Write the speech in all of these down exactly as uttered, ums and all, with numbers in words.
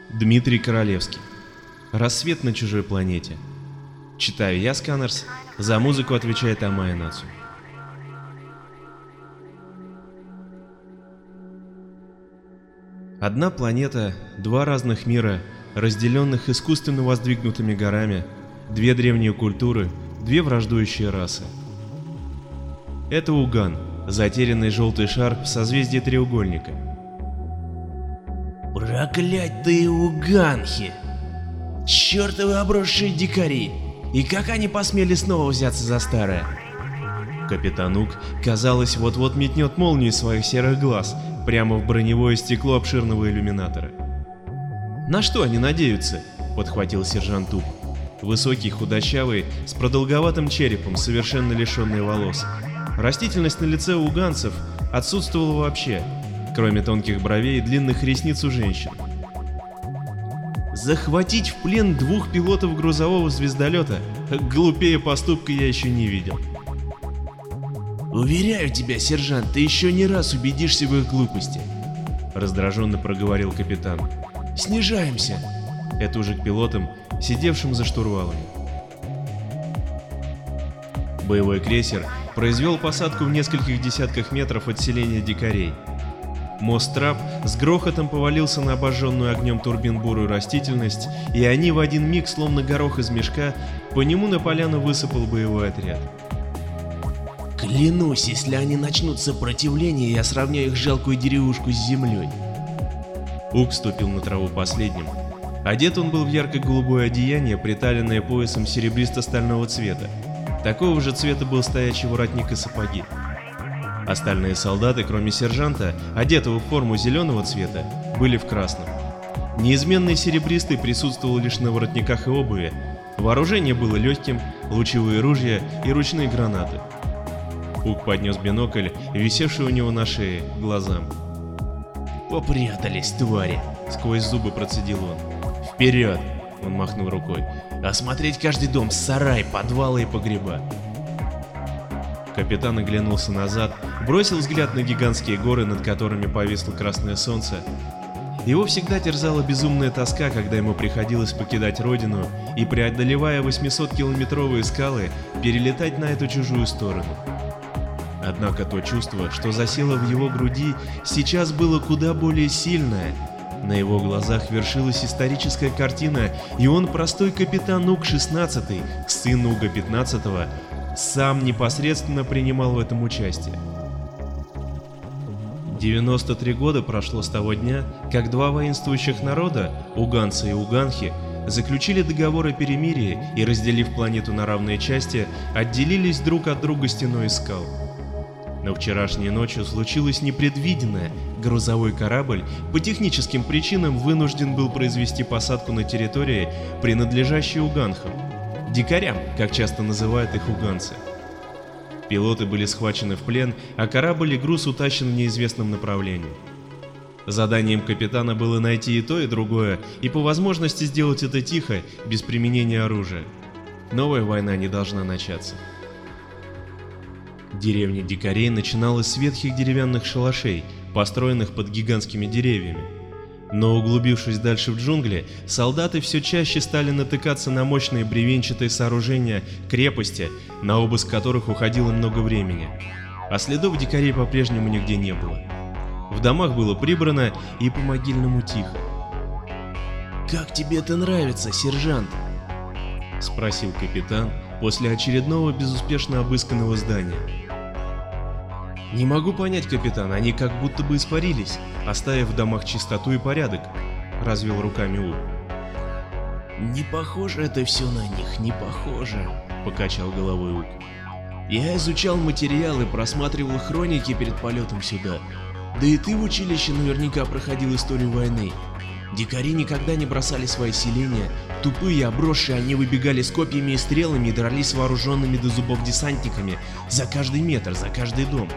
Дмитрий Королевский. Рассвет на чужой планете. Читаю я, Сканерс. За музыку отвечает Амая Нацу. Одна планета, два разных мира, разделенных искусственно воздвигнутыми горами, две древние культуры, две враждующие расы. Это Уган, затерянный желтый шар в созвездии треугольника. Проклятые уганхи! Чёртовы обросшие дикари! И как они посмели снова взяться за старое? Капитан Ук, казалось, вот-вот метнет молнию из своих серых глаз прямо в броневое стекло обширного иллюминатора. «На что они надеются?» — подхватил сержант Ук. Высокий, худощавый, с продолговатым черепом, совершенно лишенный волос. Растительность на лице у уганцев отсутствовала вообще, кроме тонких бровей и длинных ресниц у женщин. Захватить в плен двух пилотов грузового звездолета — глупее поступка я еще не видел. «Уверяю тебя, сержант, ты еще не раз убедишься в их глупости», — раздраженно проговорил капитан. «Снижаемся!» Это уже к пилотам, сидевшим за штурвалами. Боевой крейсер произвел посадку в нескольких десятках метров от селения дикарей. Мост трап с грохотом повалился на обожженную огнем турбин бурую растительность, и они в один миг, словно горох из мешка, по нему на поляну высыпал боевой отряд. «Клянусь, если они начнут сопротивление, я сравняю их жалкую деревушку с землей». Ук ступил на траву последним. Одет он был в ярко-голубое одеяние, приталенное поясом серебристо-стального цвета. Такого же цвета был стоячий воротник и сапоги. Остальные солдаты, кроме сержанта, одетого в форму зеленого цвета, были в красном. Неизменный серебристый присутствовал лишь на воротниках и обуви. Вооружение было легким, лучевые ружья и ручные гранаты. Ук поднес бинокль, висевший у него на шее, к глазам. «Попрятались, твари!» — сквозь зубы процедил он. «Вперед!» — он махнул рукой. «Осмотреть каждый дом, сарай, подвалы и погреба!» Капитан оглянулся назад, бросил взгляд на гигантские горы, над которыми повисло красное солнце. Его всегда терзала безумная тоска, когда ему приходилось покидать родину и, преодолевая восьмисоткилометровые скалы, перелетать на эту чужую сторону. Однако то чувство, что засело в его груди, сейчас было куда более сильное. На его глазах вершилась историческая картина, и он, простой капитан Ук шестнадцатый, сын Уга пятнадцатого, сам непосредственно принимал в этом участие. девяносто три года прошло с того дня, как два воинствующих народа, уганцы и уганхи, заключили договор о перемирии и, разделив планету на равные части, отделились друг от друга стеной из скал. Но вчерашней ночью случилось непредвиденное. Грузовой корабль по техническим причинам вынужден был произвести посадку на территории, принадлежащей уганхам. Дикарям, как часто называют их уганцы. Пилоты были схвачены в плен, а корабль и груз утащен в неизвестном направлении. Заданием капитана было найти и то, и другое, и по возможности сделать это тихо, без применения оружия. Новая война не должна начаться. Деревня дикарей начиналась с ветхих деревянных шалашей, построенных под гигантскими деревьями. Но углубившись дальше в джунгли, солдаты все чаще стали натыкаться на мощные бревенчатые сооружения, крепости, на обыск которых уходило много времени. А следов дикарей по-прежнему нигде не было. В домах было прибрано и по-могильному тихо. «Как тебе это нравится, сержант?» — спросил капитан после очередного безуспешно обысканного здания. «Не могу понять, капитан, они как будто бы испарились, оставив в домах чистоту и порядок», — развел руками Ук. «Не похоже это все на них, не похоже», — покачал головой Ук. «Я изучал материалы, просматривал хроники перед полетом сюда. Да и ты в училище наверняка проходил историю войны. Дикари никогда не бросали свои селения. Тупые, обросшие, они выбегали с копьями и стрелами и дрались с вооруженными до зубов десантниками за каждый метр, за каждый дом».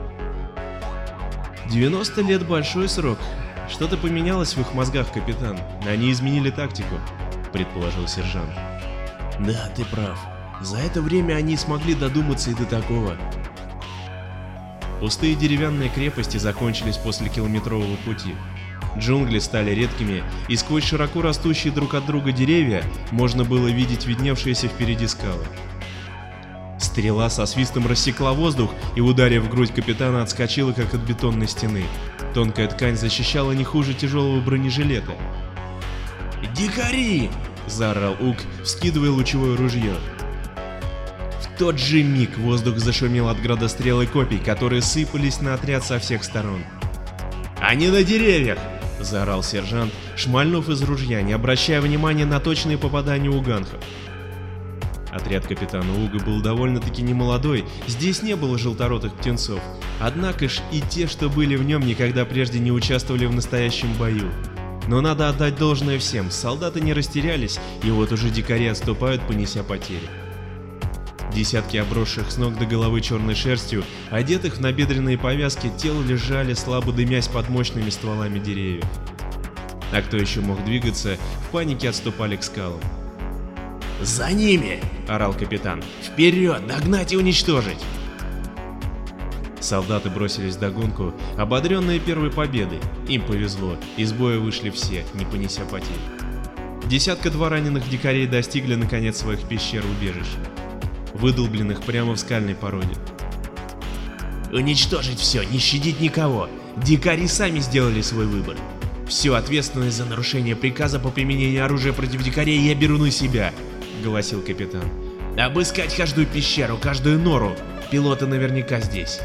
девяносто лет — большой срок. Что-то поменялось в их мозгах, капитан. Они изменили тактику, предположил сержант. Да, ты прав. За это время они смогли додуматься и до такого. Пустые деревянные крепости закончились после километрового пути. Джунгли стали редкими, и сквозь широко растущие друг от друга деревья можно было видеть видневшиеся впереди скалы. Стрела со свистом рассекла воздух и, ударив в грудь капитана, отскочила как от бетонной стены. Тонкая ткань защищала не хуже тяжелого бронежилета. «Дикари!» — заорал Ук, вскидывая лучевое ружье. В тот же миг воздух зашумел от градострел и копий, которые сыпались на отряд со всех сторон. «Они на деревьях!» — заорал сержант, шмальнув из ружья, не обращая внимания на точные попадания уганхов. Отряд капитана Уга был довольно-таки немолодой, здесь не было желторотых птенцов, однако ж и те, что были в нем, никогда прежде не участвовали в настоящем бою. Но надо отдать должное всем, солдаты не растерялись, и вот уже дикари отступают, понеся потери. Десятки обросших с ног до головы черной шерстью, одетых в набедренные повязки, тел лежали, слабо дымясь под мощными стволами деревьев. А кто еще мог двигаться, в панике отступали к скалам. «За ними!» — орал капитан. «Вперед! Догнать и уничтожить!» Солдаты бросились вдогонку, ободренные первой победой. Им повезло, из боя вышли все, не понеся потерь. Десятка-два раненых дикарей достигли наконец своих пещер и убежищ, выдолбленных прямо в скальной породе. «Уничтожить все, не щадить никого! Дикари сами сделали свой выбор! Всю ответственность за нарушение приказа по применению оружия против дикарей я беру на себя!» — голосил капитан. «Обыскать каждую пещеру, каждую нору! Пилоты наверняка здесь!»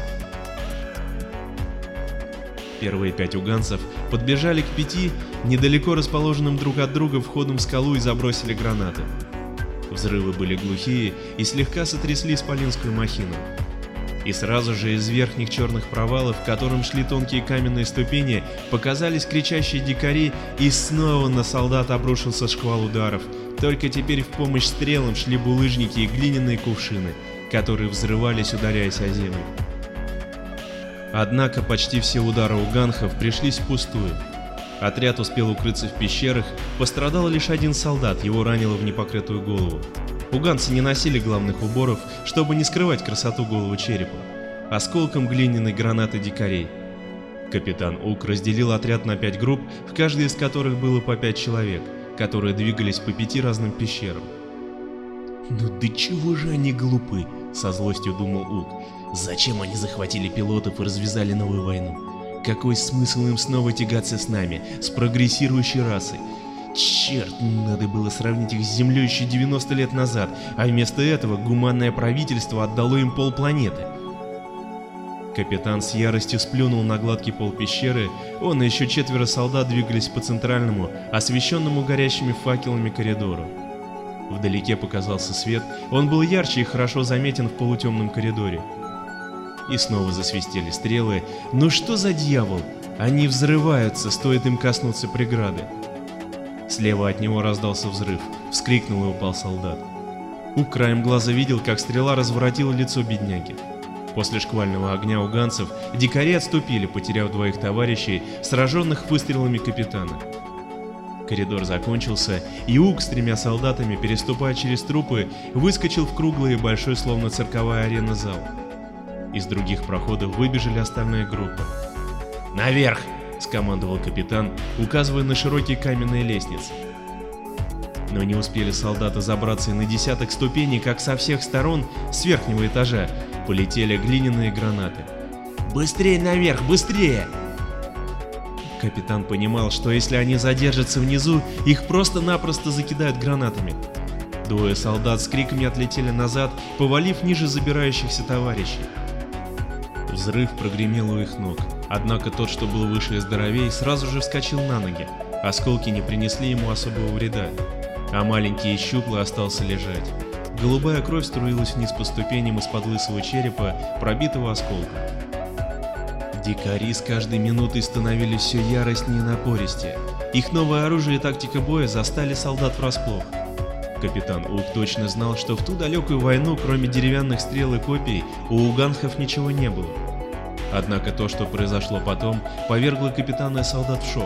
Первые пять уганцев подбежали к пяти, недалеко расположенным друг от друга входам в скалу, и забросили гранаты. Взрывы были глухие и слегка сотрясли исполинскую махину. И сразу же из верхних черных провалов, к которым шли тонкие каменные ступени, показались кричащие дикари, и снова на солдат обрушился шквал ударов. Только теперь в помощь стрелам шли булыжники и глиняные кувшины, которые взрывались, ударяясь о землю. Однако почти все удары уганхов пришлись впустую. Отряд успел укрыться в пещерах, пострадал лишь один солдат, его ранило в непокрытую голову. Уганцы не носили главных уборов, чтобы не скрывать красоту голого черепа, осколком глиняной гранаты дикарей. Капитан Ук разделил отряд на пять групп, в каждой из которых было по пять человек, которые двигались по пяти разным пещерам. «Ну да чего же они глупы?» — со злостью думал Ук. «Зачем они захватили пилотов и развязали новую войну? Какой смысл им снова тягаться с нами, с прогрессирующей расой? Черт, надо было сравнить их с Землей еще девяносто лет назад, а вместо этого гуманное правительство отдало им полпланеты». Капитан с яростью сплюнул на гладкий пол пещеры, он и еще четверо солдат двигались по центральному, освещенному горящими факелами коридору. Вдалеке показался свет, он был ярче и хорошо заметен в полутемном коридоре. И снова засвистели стрелы. Ну что за дьявол? Они взрываются, стоит им коснуться преграды. Слева от него раздался взрыв, вскрикнул и упал солдат. Ук краем глаза видел, как стрела разворотила лицо бедняги. После шквального огня уганцев дикари отступили, потеряв двоих товарищей, сраженных выстрелами капитана. Коридор закончился, и Ук с тремя солдатами, переступая через трупы, выскочил в круглый и большой, словно цирковая арена, зал. Из других проходов выбежали остальные группы. «Наверх!» — скомандовал капитан, указывая на широкие каменные лестницы. Но не успели солдаты забраться и на десяток ступеней, как со всех сторон, с верхнего этажа, полетели глиняные гранаты. «Быстрее наверх, быстрее!» Капитан понимал, что если они задержатся внизу, их просто-напросто закидают гранатами. Двое солдат с криками отлетели назад, повалив ниже забирающихся товарищей. Взрыв прогремел у их ног, однако тот, что был выше и здоровее, сразу же вскочил на ноги. Осколки не принесли ему особого вреда, а маленький и щуплый остался лежать. Голубая кровь струилась вниз по ступеням из-под лысого черепа, пробитого осколком. Дикари с каждой минутой становились все яростнее и напористее. Их новое оружие и тактика боя застали солдат врасплох. Капитан Ук точно знал, что в ту далекую войну, кроме деревянных стрел и копий, у уганхов ничего не было. Однако то, что произошло потом, повергло капитана и солдат в шок.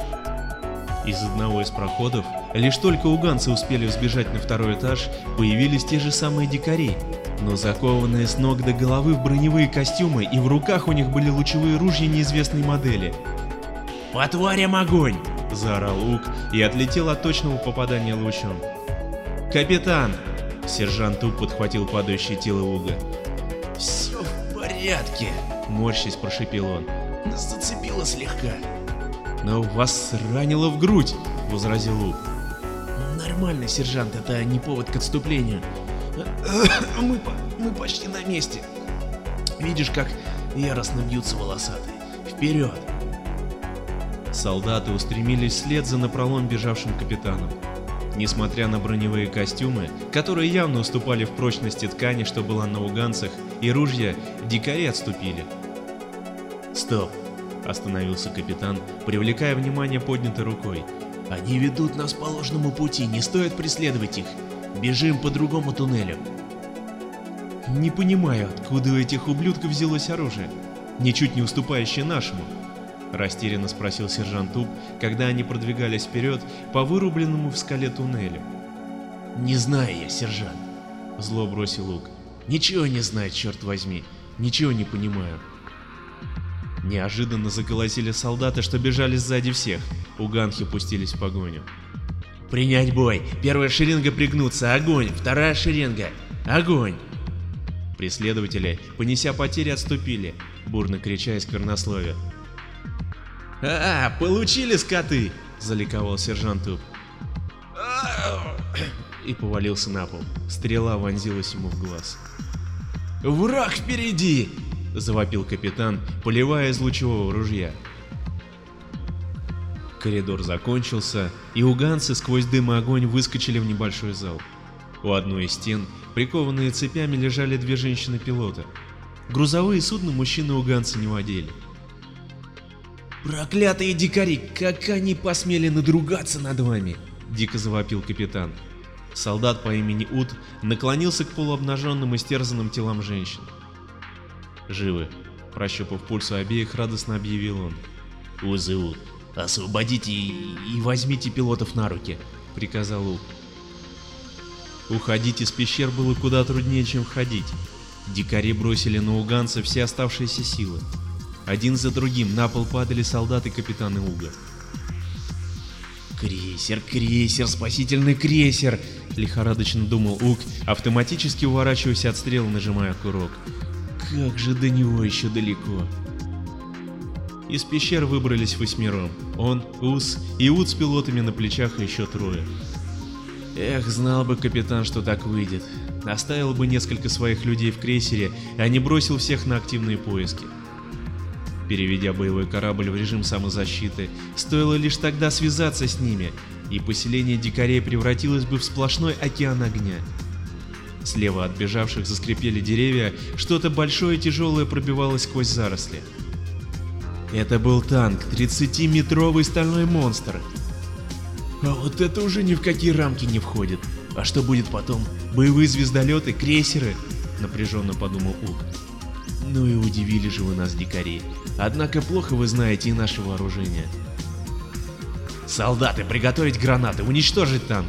Из одного из проходов, лишь только уганцы успели взбежать на второй этаж, появились те же самые дикари, но закованные с ног до головы в броневые костюмы, и в руках у них были лучевые ружья неизвестной модели. По тварям огонь!» — заорал Ук и отлетел от точного попадания лучом. «Капитан!» — сержант Ук подхватил падающее тело Уга. «Все в порядке!» — морщись прошипел он. «Зацепило слегка». «Но вас ранило в грудь!» — возразил Ук. «Нормально, сержант, это не повод к отступлению. Мы, мы почти на месте. Видишь, как яростно бьются волосатые. Вперед!» Солдаты устремились вслед за напролом бежавшим капитаном. Несмотря на броневые костюмы, которые явно уступали в прочности ткани, что была на уганцах, и ружья, дикари отступили. «Стоп!» — остановился капитан, привлекая внимание поднятой рукой. «Они ведут нас по ложному пути, не стоит преследовать их. Бежим по другому туннелю». «Не понимаю, откуда у этих ублюдков взялось оружие, ничуть не уступающее нашему?» — растерянно спросил сержант Ук, когда они продвигались вперед по вырубленному в скале туннелю. «Не знаю я, сержант», — зло бросил Ук. «Ничего не знаю, черт возьми, ничего не понимаю». Неожиданно заколосили солдаты, что бежали сзади всех. Уганхи пустились в погоню. «Принять бой! Первая шеренга пригнуться! Огонь! Вторая шеренга! Огонь!» Преследователи, понеся потери, отступили, бурно крича и сквернословия. «А, получили, скоты!» — заликовал сержант Ук. И повалился на пол. Стрела вонзилась ему в глаз. «Враг впереди!» — завопил капитан, поливая из лучевого ружья. Коридор закончился, и уганцы сквозь дым и огонь выскочили в небольшой зал. У одной из стен, прикованные цепями, лежали две женщины-пилота. Грузовые судна мужчины-уганцы не водили. «Проклятые дикари, как они посмели надругаться над вами!» — дико завопил капитан. Солдат по имени Ут наклонился к полуобнаженным и стерзанным телам женщин. «Живы», — прощупав пульс у обеих, радостно объявил он. «Узы Ут, освободите и, и возьмите пилотов на руки», — приказал Ук. Уходить из пещер было куда труднее, чем входить. Дикари бросили на уганцев все оставшиеся силы. Один за другим на пол падали солдаты капитана Уга. «Крейсер, крейсер, спасительный крейсер!» — лихорадочно думал Ук, автоматически уворачиваясь от стрел, нажимая курок. «Как же до него еще далеко!» Из пещер выбрались восьмером. Он, Ус и Ут с пилотами на плечах и еще трое. Эх, знал бы капитан, что так выйдет. Оставил бы несколько своих людей в крейсере, а не бросил всех на активные поиски. Переведя боевой корабль в режим самозащиты, стоило лишь тогда связаться с ними, и поселение дикарей превратилось бы в сплошной океан огня. Слева от бежавших заскрипели деревья, что-то большое и тяжелое пробивалось сквозь заросли. Это был танк, тридцатиметровый стальной монстр. А вот это уже ни в какие рамки не входит. А что будет потом? Боевые звездолеты, крейсеры? Напряженно подумал Ук. Ну и удивили же вы нас, дикари. Однако плохо вы знаете и наше вооружение. Солдаты, приготовить гранаты, уничтожить танк!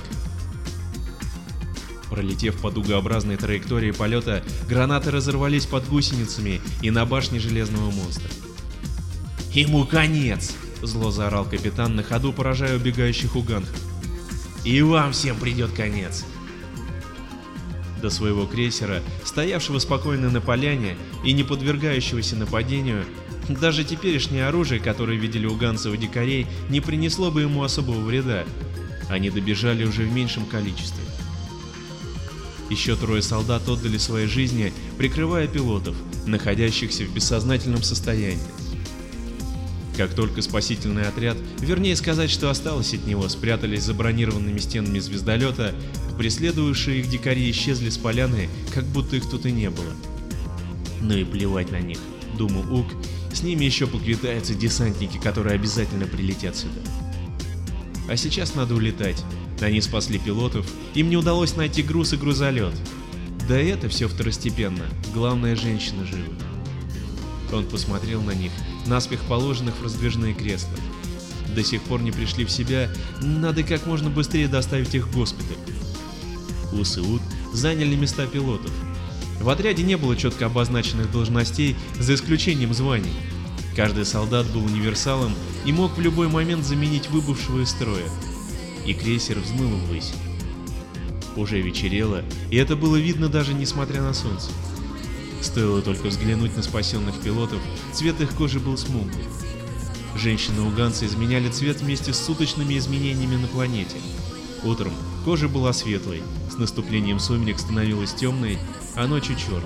Пролетев по дугообразной траектории полета, гранаты разорвались под гусеницами и на башне железного монстра. «Ему конец!» — зло заорал капитан, на ходу поражая убегающих уганхов. «И вам всем придет конец!» До своего крейсера, стоявшего спокойно на поляне и не подвергающегося нападению, даже теперешнее оружие, которое видели уганцы у дикарей, не принесло бы ему особого вреда. Они добежали уже в меньшем количестве. Еще трое солдат отдали свои жизни, прикрывая пилотов, находящихся в бессознательном состоянии. Как только спасительный отряд, вернее сказать, что осталось от него, спрятались за бронированными стенами звездолета, преследовавшие их дикари исчезли с поляны, как будто их тут и не было. Ну и плевать на них, думал Ук, с ними еще поквитаются десантники, которые обязательно прилетят сюда. А сейчас надо улетать. Они спасли пилотов, им не удалось найти груз и грузолет. Да и это все второстепенно, главное, женщина жива. Он посмотрел на них, наспех положенных в раздвижные кресла. До сих пор не пришли в себя, надо как можно быстрее доставить их в госпиталь. Ус и Ут заняли места пилотов. В отряде не было четко обозначенных должностей, за исключением званий. Каждый солдат был универсалом и мог в любой момент заменить выбывшего из строя. И крейсер взмыл ввысь. Уже вечерело, и это было видно даже несмотря на солнце. Стоило только взглянуть на спасенных пилотов, цвет их кожи был смуглый. Женщины-уганцы изменяли цвет вместе с суточными изменениями на планете. Утром кожа была светлой, с наступлением сумерек становилась темной, а ночью черной.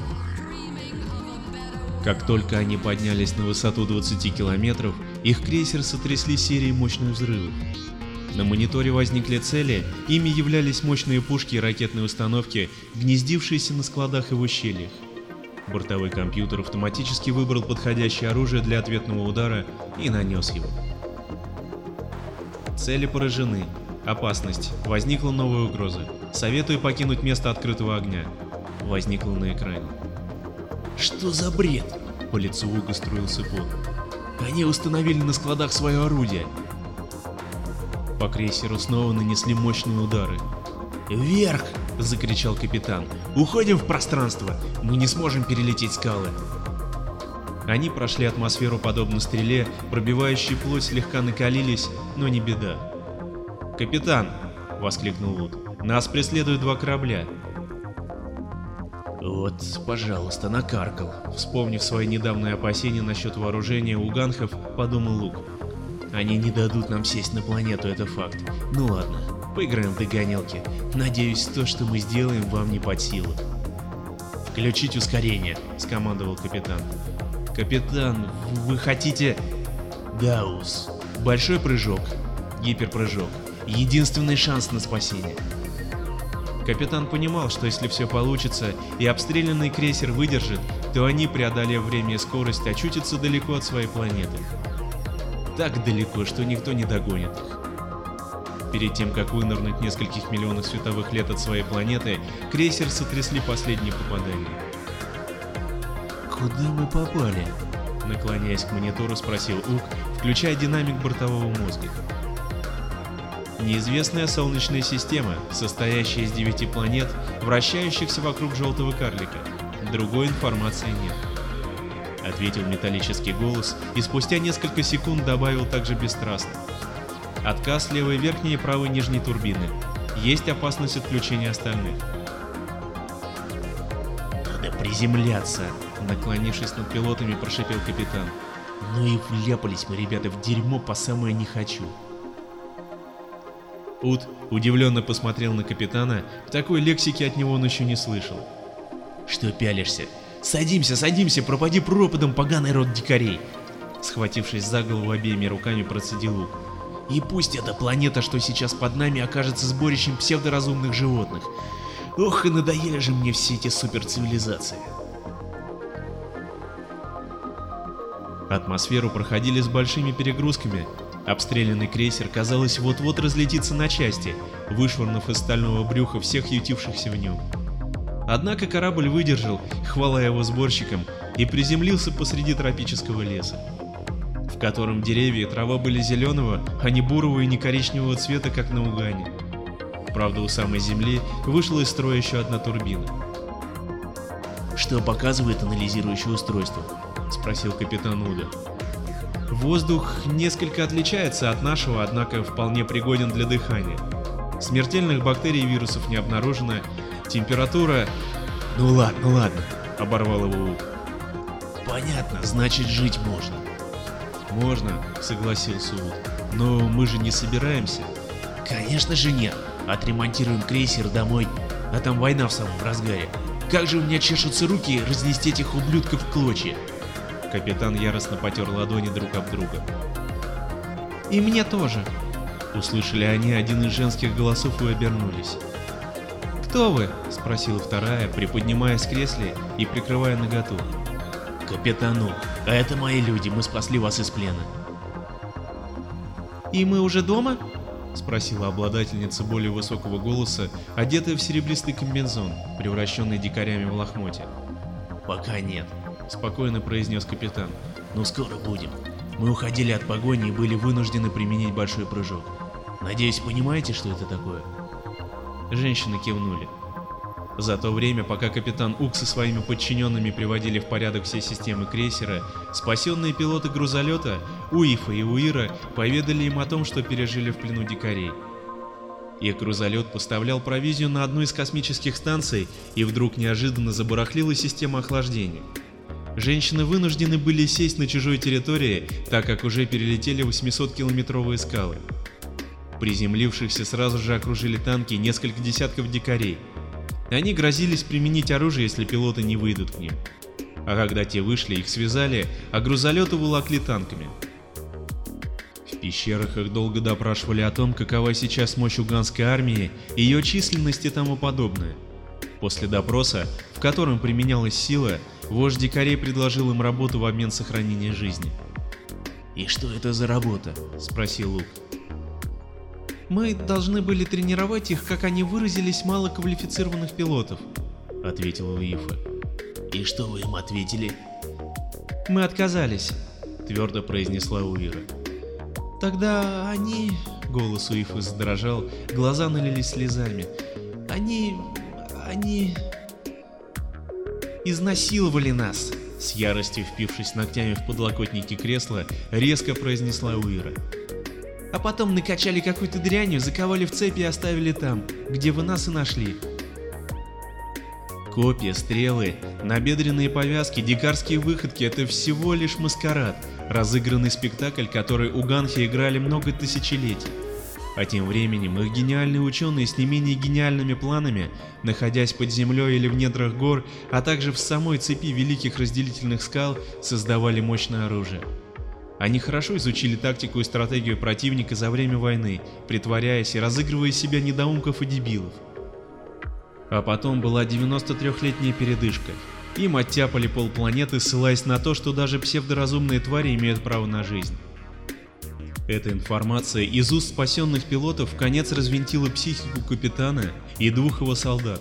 Как только они поднялись на высоту двадцати километров, их крейсер сотрясли серией мощных взрывов. На мониторе возникли цели, ими являлись мощные пушки и ракетные установки, гнездившиеся на складах и в ущельях. Бортовой компьютер автоматически выбрал подходящее оружие для ответного удара и нанес его. Цели поражены. Опасность. Возникла новая угроза. Советую покинуть место открытого огня. Возникло на экране. Что за бред? По лицу Уга струился пот. Они установили на складах свое орудие. По крейсеру снова нанесли мощные удары. «Вверх!» — закричал капитан. «Уходим в пространство! Мы не сможем перелететь скалы!» Они прошли атмосферу подобно стреле, пробивающие плоть слегка накалились, но не беда. «Капитан!» — воскликнул Вуд. «Нас преследуют два корабля!» «Вот, пожалуйста, накаркал!» Вспомнив свои недавние опасения насчет вооружения уганхов, подумал Лук. «Они не дадут нам сесть на планету, это факт. Ну ладно, поиграем в догонялки. Надеюсь, то, что мы сделаем, вам не под силу». «Включить ускорение!» — скомандовал капитан. «Капитан, вы хотите...» «Гаусс. Большой прыжок. Гиперпрыжок. Единственный шанс на спасение». Капитан понимал, что если все получится и обстрелянный крейсер выдержит, то они, преодолев время и скорость, очутятся далеко от своей планеты. Так далеко, что никто не догонит их. Перед тем, как вынырнуть нескольких миллионов световых лет от своей планеты, крейсер сотрясли последние попадания. «Куда мы попали?» — наклоняясь к монитору, спросил Ук, включая динамик бортового мозга. Неизвестная солнечная система, состоящая из девяти планет, вращающихся вокруг желтого карлика. Другой информации нет. Ответил металлический голос и спустя несколько секунд добавил также бесстрастно. Отказ левой верхней и правой нижней турбины. Есть опасность отключения остальных. «Надо приземляться!» Наклонившись над пилотами, прошипел капитан. «Ну и вляпались мы, ребята, в дерьмо по самое не хочу!» Ут удивленно посмотрел на капитана, такой лексики от него он еще не слышал. «Что пялишься? Садимся, садимся, пропади пропадом, поганый род дикарей!» Схватившись за голову обеими руками, процедил Ук. «И пусть эта планета, что сейчас под нами, окажется сборищем псевдоразумных животных. Ох, и надоели же мне все эти суперцивилизации!» Атмосферу проходили с большими перегрузками. Обстрелянный крейсер, казалось, вот-вот разлетится на части, вышвырнув из стального брюха всех ютившихся в нем. Однако корабль выдержал, хвала его сборщикам, и приземлился посреди тропического леса, в котором деревья и трава были зеленого, а не бурого и не коричневого цвета, как на Угане. Правда, у самой земли вышла из строя еще одна турбина. «Что показывает анализирующее устройство?» — спросил капитан Уда. «Воздух несколько отличается от нашего, однако вполне пригоден для дыхания. Смертельных бактерий и вирусов не обнаружено, температура...» «Ну ладно, ну ладно», — оборвал его Ук. «Понятно, значит жить можно». «Можно», — согласился Ут, — «но мы же не собираемся». «Конечно же нет. Отремонтируем крейсер домой, а там война в самом разгаре. Как же у меня чешутся руки разнести этих ублюдков в клочья». Капитан яростно потер ладони друг об друга. «И мне тоже», — услышали они один из женских голосов и обернулись. «Кто вы?» — спросила вторая, приподнимаясь с кресла и прикрывая наготу. «Капитан Ук, а это мои люди, мы спасли вас из плена». «И мы уже дома?» — спросила обладательница более высокого голоса, одетая в серебристый комбинезон, превращенный дикарями в лохмотья. «Пока нет», — спокойно произнес капитан. «Но скоро будем. Мы уходили от погони и были вынуждены применить большой прыжок. Надеюсь, понимаете, что это такое?» Женщины кивнули. За то время, пока капитан Ук со своими подчиненными приводили в порядок все системы крейсера, спасенные пилоты грузолета Уифа и Уира поведали им о том, что пережили в плену дикарей. Их грузолет поставлял провизию на одну из космических станций, и вдруг неожиданно забарахлила система охлаждения. Женщины вынуждены были сесть на чужой территории, так как уже перелетели восьмисоткилометровые скалы. Приземлившихся сразу же окружили танки и несколько десятков дикарей. Они грозились применить оружие, если пилоты не выйдут к ним. А когда те вышли, их связали, а грузолеты уволокли танками. В пещерах их долго допрашивали о том, какова сейчас мощь уганской армии, ее численность и тому подобное. После допроса, в котором применялась сила, вождь дикарей предложил им работу в обмен сохранением жизни. «И что это за работа?» — спросил Лук. Мы должны были тренировать их, как они выразились, малоквалифицированных пилотов, — ответила Уифа. «И что вы им ответили?» Мы отказались, — твердо произнесла Уира. Тогда они... Голос Уифы задрожал, глаза налились слезами. Они... они... изнасиловали нас. С яростью впившись ногтями в подлокотники кресла, резко произнесла Уира. А потом накачали какой-то дрянью, заковали в цепи и оставили там, где вы нас и нашли. Копья, стрелы, набедренные повязки, дикарские выходки — это всего лишь маскарад, разыгранный спектакль, который уганхи играли много тысячелетий. А тем временем их гениальные ученые с не менее гениальными планами, находясь под землей или в недрах гор, а также в самой цепи великих разделительных скал, создавали мощное оружие. Они хорошо изучили тактику и стратегию противника за время войны, притворяясь и разыгрывая из себя недоумков и дебилов. А потом была девяностотрёхлетняя передышка. Им оттяпали полпланеты, ссылаясь на то, что даже псевдоразумные твари имеют право на жизнь. Эта информация из уст спасенных пилотов вконец развинтила психику капитана и двух его солдат.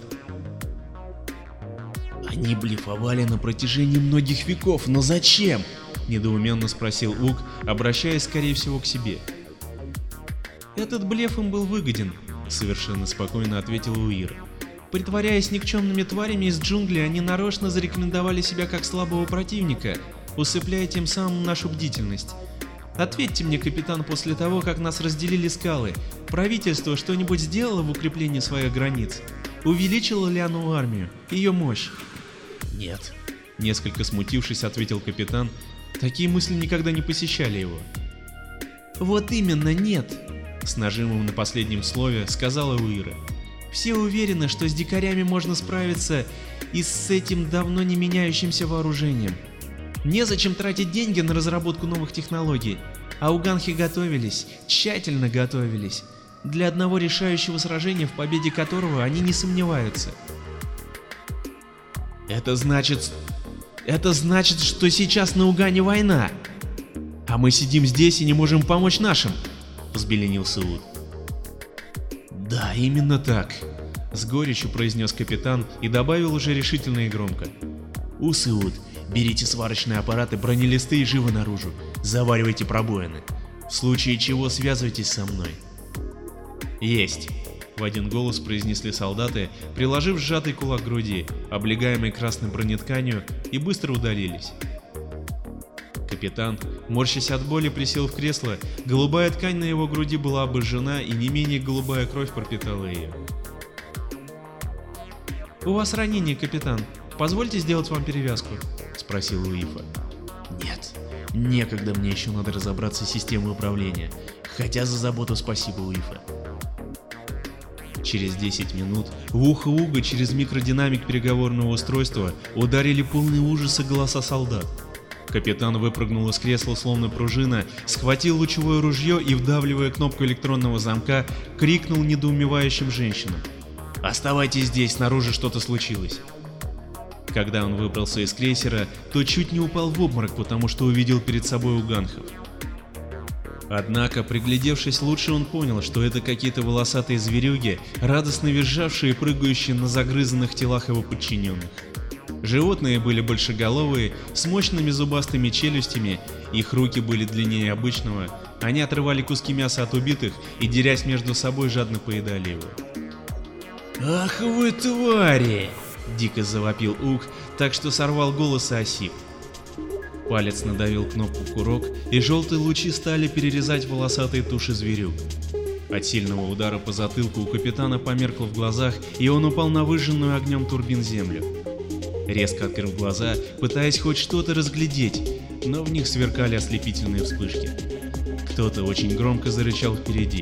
«Они блефовали на протяжении многих веков, но зачем?» — недоуменно спросил Ук, обращаясь скорее всего к себе. «Этот блеф им был выгоден», — совершенно спокойно ответила Уира. «Притворяясь никчемными тварями из джунглей, они нарочно зарекомендовали себя как слабого противника, усыпляя тем самым нашу бдительность. Ответьте мне, капитан, после того, как нас разделили скалы, правительство что-нибудь сделало в укреплении своих границ? Увеличило ли оно армию, ее мощь?» «Нет», — несколько смутившись, ответил капитан. Такие мысли никогда не посещали его. «Вот именно нет», — с нажимом на последнем слове сказала Уира. «Все уверены, что с дикарями можно справиться и с этим давно не меняющимся вооружением. Незачем тратить деньги на разработку новых технологий, а уганхи готовились, тщательно готовились, для одного решающего сражения, в победе которого они не сомневаются». «Это значит... это значит, что сейчас на Угане война, а мы сидим здесь и не можем помочь нашим», — взбеленился Ут. «Да, именно так», — с горечью произнес капитан и добавил уже решительно и громко. «Ус и Ут, берите сварочные аппараты, бронелисты и живо наружу, заваривайте пробоины. В случае чего связывайтесь со мной». «Есть», — в один голос произнесли солдаты, приложив сжатый кулак к груди, облегаемый красной бронетканью, и быстро удалились. Капитан, морщась от боли, присел в кресло, голубая ткань на его груди была обожжена, и не менее голубая кровь пропитала ее. «У вас ранение, капитан. Позвольте сделать вам перевязку?» — спросил Уифа. «Нет, некогда, мне еще надо разобраться с системой управления, хотя за заботу спасибо, Уифа». Через десять минут в ухо Уга через микродинамик переговорного устройства ударили полные ужаса голоса солдат. Капитан выпрыгнул из кресла словно пружина, схватил лучевое ружье и, вдавливая кнопку электронного замка, крикнул недоумевающим женщинам: «Оставайтесь здесь, снаружи что-то случилось». Когда он выбрался из крейсера, то чуть не упал в обморок, потому что увидел перед собой уганхов. Однако, приглядевшись лучше, он понял, что это какие-то волосатые зверюги, радостно визжавшие и прыгающие на загрызанных телах его подчиненных. Животные были большеголовые, с мощными зубастыми челюстями, их руки были длиннее обычного, они отрывали куски мяса от убитых и, дерясь между собой, жадно поедали его. «Ах вы твари!» — дико завопил Ук, так что сорвал голос и осип. Палец надавил кнопку курок, и желтые лучи стали перерезать волосатые туши зверюк. От сильного удара по затылку у капитана померкло в глазах, и он упал на выжженную огнем турбин землю. Резко открыв глаза, пытаясь хоть что-то разглядеть, но в них сверкали ослепительные вспышки. Кто-то очень громко зарычал впереди.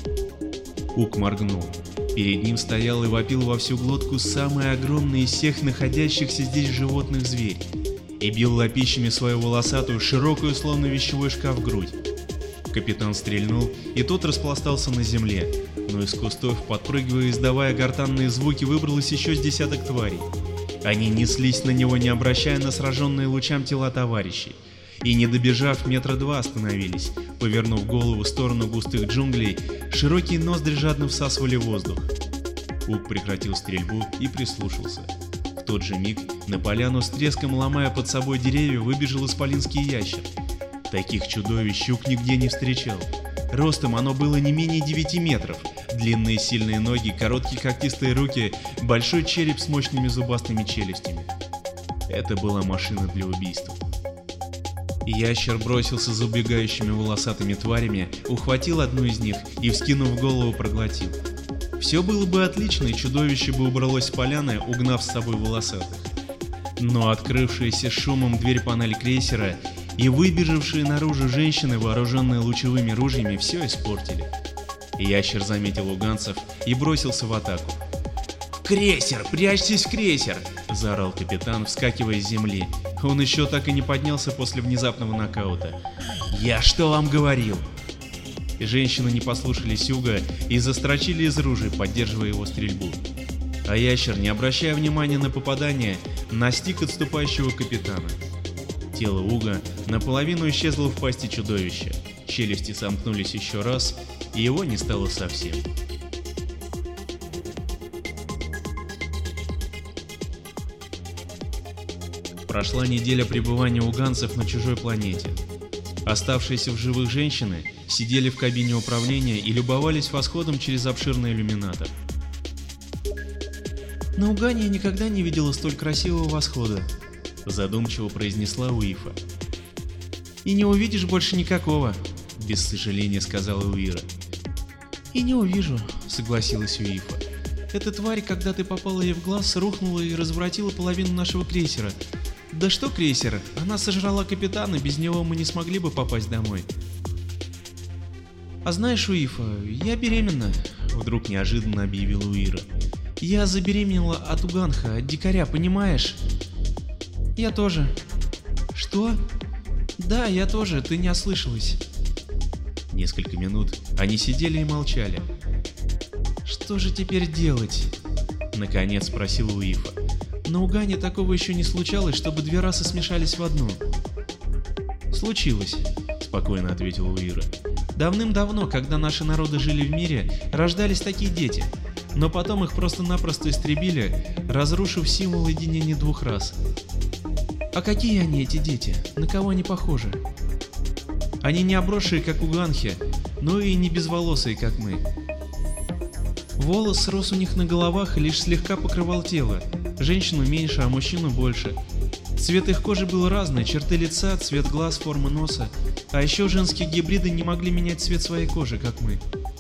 Ук моргнул. Перед ним стоял и вопил во всю глотку самый огромный из всех находящихся здесь животных зверь, и бил лапищами свою волосатую, широкую, словно вещевой шкаф, грудь. Капитан стрельнул, и тот распластался на земле, но из кустов, подпрыгивая и издавая гортанные звуки, выбралось еще с десяток тварей. Они неслись на него, не обращая на сраженные лучам тела товарищей, и, не добежав метра два, остановились, повернув голову в сторону густых джунглей, широкие ноздри жадно всасывали воздух. Ук прекратил стрельбу и прислушался. В тот же миг на поляну с треском, ломая под собой деревья, выбежал исполинский ящер. Таких чудовищ Ук нигде не встречал. Ростом оно было не менее девяти метров, длинные сильные ноги, короткие когтистые руки, большой череп с мощными зубастыми челюстями. Это была машина для убийства. Ящер бросился за убегающими волосатыми тварями, ухватил одну из них и, вскинув голову, проглотил. Все было бы отлично, и чудовище бы убралось с поляны, угнав с собой волосатых. Но открывшаяся шумом дверь панели крейсера и выбежавшие наружу женщины, вооруженные лучевыми ружьями, все испортили. Ящер заметил уганцев и бросился в атаку. «Крейсер! Прячьтесь в крейсер!» — заорал капитан, вскакивая с земли. Он еще так и не поднялся после внезапного нокаута. «Я что вам говорил?» Женщины не послушались Уга и застрочили из ружей, поддерживая его стрельбу. А ящер, не обращая внимания на попадание, настиг отступающего капитана. Тело Уга наполовину исчезло в пасти чудовища, челюсти сомкнулись еще раз, и его не стало совсем. Прошла неделя пребывания уганцев на чужой планете. Оставшиеся в живых женщины сидели в кабине управления и любовались восходом через обширный иллюминатор. На Угане я никогда не видела столь красивого восхода, задумчиво произнесла Уифа. И не увидишь больше никакого, без сожаления сказала Уира. И не увижу, согласилась Уифа. Эта тварь, когда ты попала ей в глаз, рухнула и разворотила половину нашего крейсера. Да что крейсера, она сожрала капитана, без него мы не смогли бы попасть домой. А знаешь, Уифа, я беременна, вдруг неожиданно объявила Уира. Я забеременела от Уганха, от дикаря, понимаешь? Я тоже. Что? Да, я тоже, ты не ослышалась. Несколько минут они сидели и молчали. Что же теперь делать? Наконец спросила Уифа. На Угане такого еще не случалось, чтобы две расы смешались в одну. Случилось, спокойно ответила Уира. Давным-давно, когда наши народы жили в мире, рождались такие дети, но потом их просто-напросто истребили, разрушив символ единения двух рас. А какие они, эти дети? На кого они похожи? Они не обросшие, как уганхи, но и не безволосые, как мы. Волос рос у них на головах и лишь слегка покрывал тело, женщину меньше, а мужчину больше. Цвет их кожи был разный, черты лица, цвет глаз, форма носа, а еще женские гибриды не могли менять цвет своей кожи, как мы.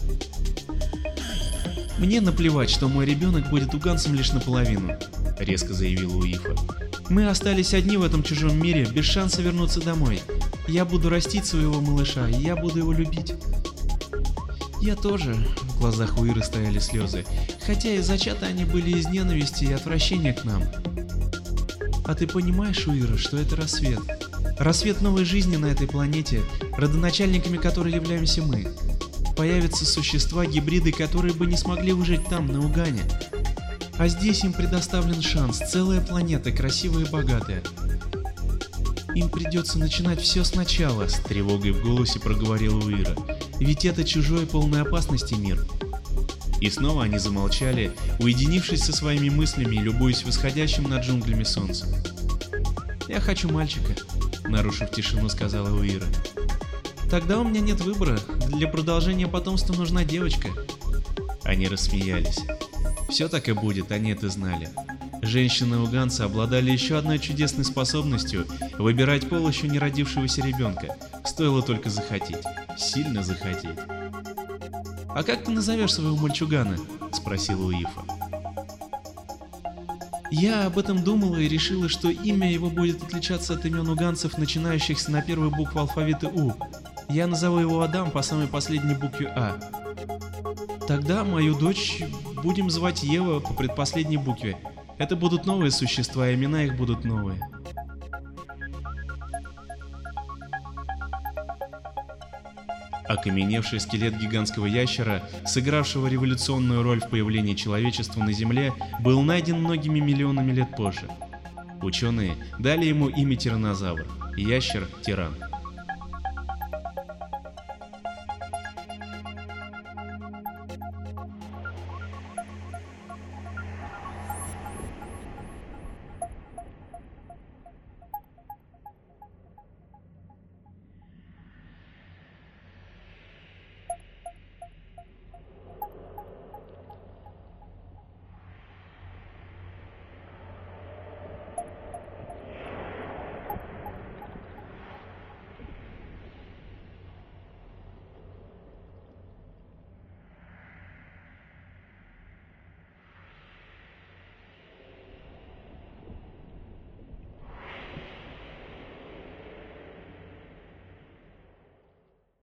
Мне наплевать, что мой ребенок будет уганцем лишь наполовину, резко заявила Уифа. Мы остались одни в этом чужом мире, без шанса вернуться домой. Я буду растить своего малыша, и я буду его любить. Я тоже. В глазах Уиры стояли слезы, хотя и зачаты они были из ненависти и отвращения к нам. А ты понимаешь, Уира, что это рассвет? Рассвет новой жизни на этой планете, родоначальниками которой являемся мы. Появятся существа, гибриды, которые бы не смогли выжить там, на Угане. А здесь им предоставлен шанс, целая планета, красивая и богатая. Им придется начинать все сначала, с тревогой в голосе проговорила Уира. Ведь это чужой, полной опасности мир. И снова они замолчали, уединившись со своими мыслями и любуясь восходящим над джунглями солнцем. «Я хочу мальчика», — нарушив тишину, сказала Уира. «Тогда у меня нет выбора, для продолжения потомства нужна девочка». Они рассмеялись. Все так и будет, они это знали. Женщины-уганцы обладали еще одной чудесной способностью выбирать пол еще не родившегося ребенка. Стоило только захотеть. Сильно захотеть. «А как ты назовешь своего мальчугана?» — спросила Уифа. «Я об этом думала и решила, что имя его будет отличаться от имен уганцев, начинающихся на первую букву алфавита У. Я назову его Адам по самой последней букве А. Тогда мою дочь будем звать Ева по предпоследней букве. Это будут новые существа, и имена их будут новые». Окаменевший скелет гигантского ящера, сыгравшего революционную роль в появлении человечества на Земле, был найден многими миллионами лет позже. Ученые дали ему имя тираннозавр, ящер-тиран.